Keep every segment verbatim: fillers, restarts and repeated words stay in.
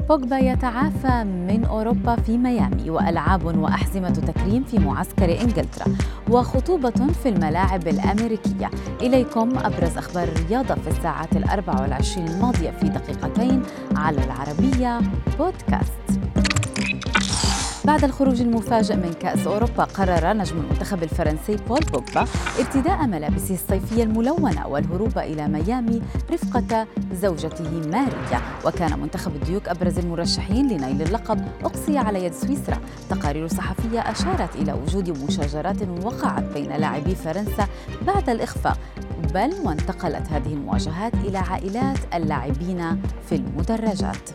بوجبا يتعافى من أوروبا في ميامي، وألعاب وأحزمة تكريم في معسكر إنجلترا، وخطوبة في الملاعب الأمريكية. إليكم أبرز أخبار الرياضة في الساعات الأربع والعشرين الماضية في دقيقتين على العربية بودكاست. بعد الخروج المفاجئ من كأس أوروبا، قرر نجم المنتخب الفرنسي بول بوجبا ارتداء ملابسه الصيفية الملونة والهروب إلى ميامي رفقة زوجته ماريا. وكان منتخب الديوك أبرز المرشحين لنيل اللقب أقصي على يد سويسرا. تقارير صحفية أشارت إلى وجود مشاجرات وقعت بين لاعبي فرنسا بعد الإخفاء، بل وانتقلت هذه المواجهات إلى عائلات اللاعبين في المدرجات.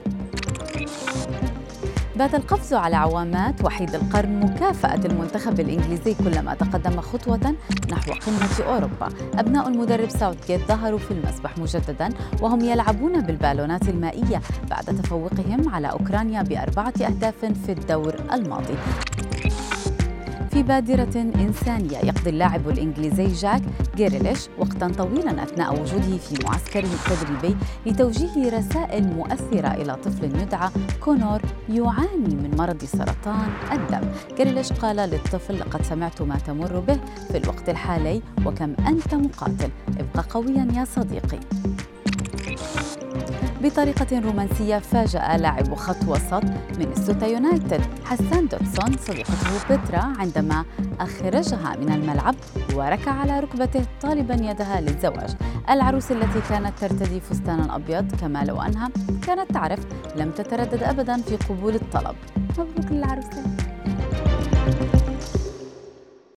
بات القفز على عوامات وحيد القرن مكافأة المنتخب الإنجليزي كلما تقدم خطوة نحو قمة أوروبا. أبناء المدرب ساوثغيت ظهروا في المسبح مجدداً وهم يلعبون بالبالونات المائية بعد تفوقهم على أوكرانيا بأربعة أهداف في الدور الماضي. في بادرة إنسانية، يقضي اللاعب الإنجليزي جاك جريليش وقتاً طويلاً أثناء وجوده في معسكره التدريبي لتوجيه رسائل مؤثرة إلى طفل يدعى كونور يعاني من مرض سرطان الدم. جريليش قال للطفل: لقد سمعت ما تمر به في الوقت الحالي وكم أنت مقاتل، ابقى قوياً يا صديقي. بطريقة رومانسية فاجأ لاعب خط وسط مينيسوتا يونايتد حسان دوتسون صديقته بيترا عندما أخرجها من الملعب وركع على ركبته طالبا يدها للزواج. العروس التي كانت ترتدي فستانا أبيض كما لو أنها كانت تعرف لم تتردد أبدا في قبول الطلب. مبروك للعروسين.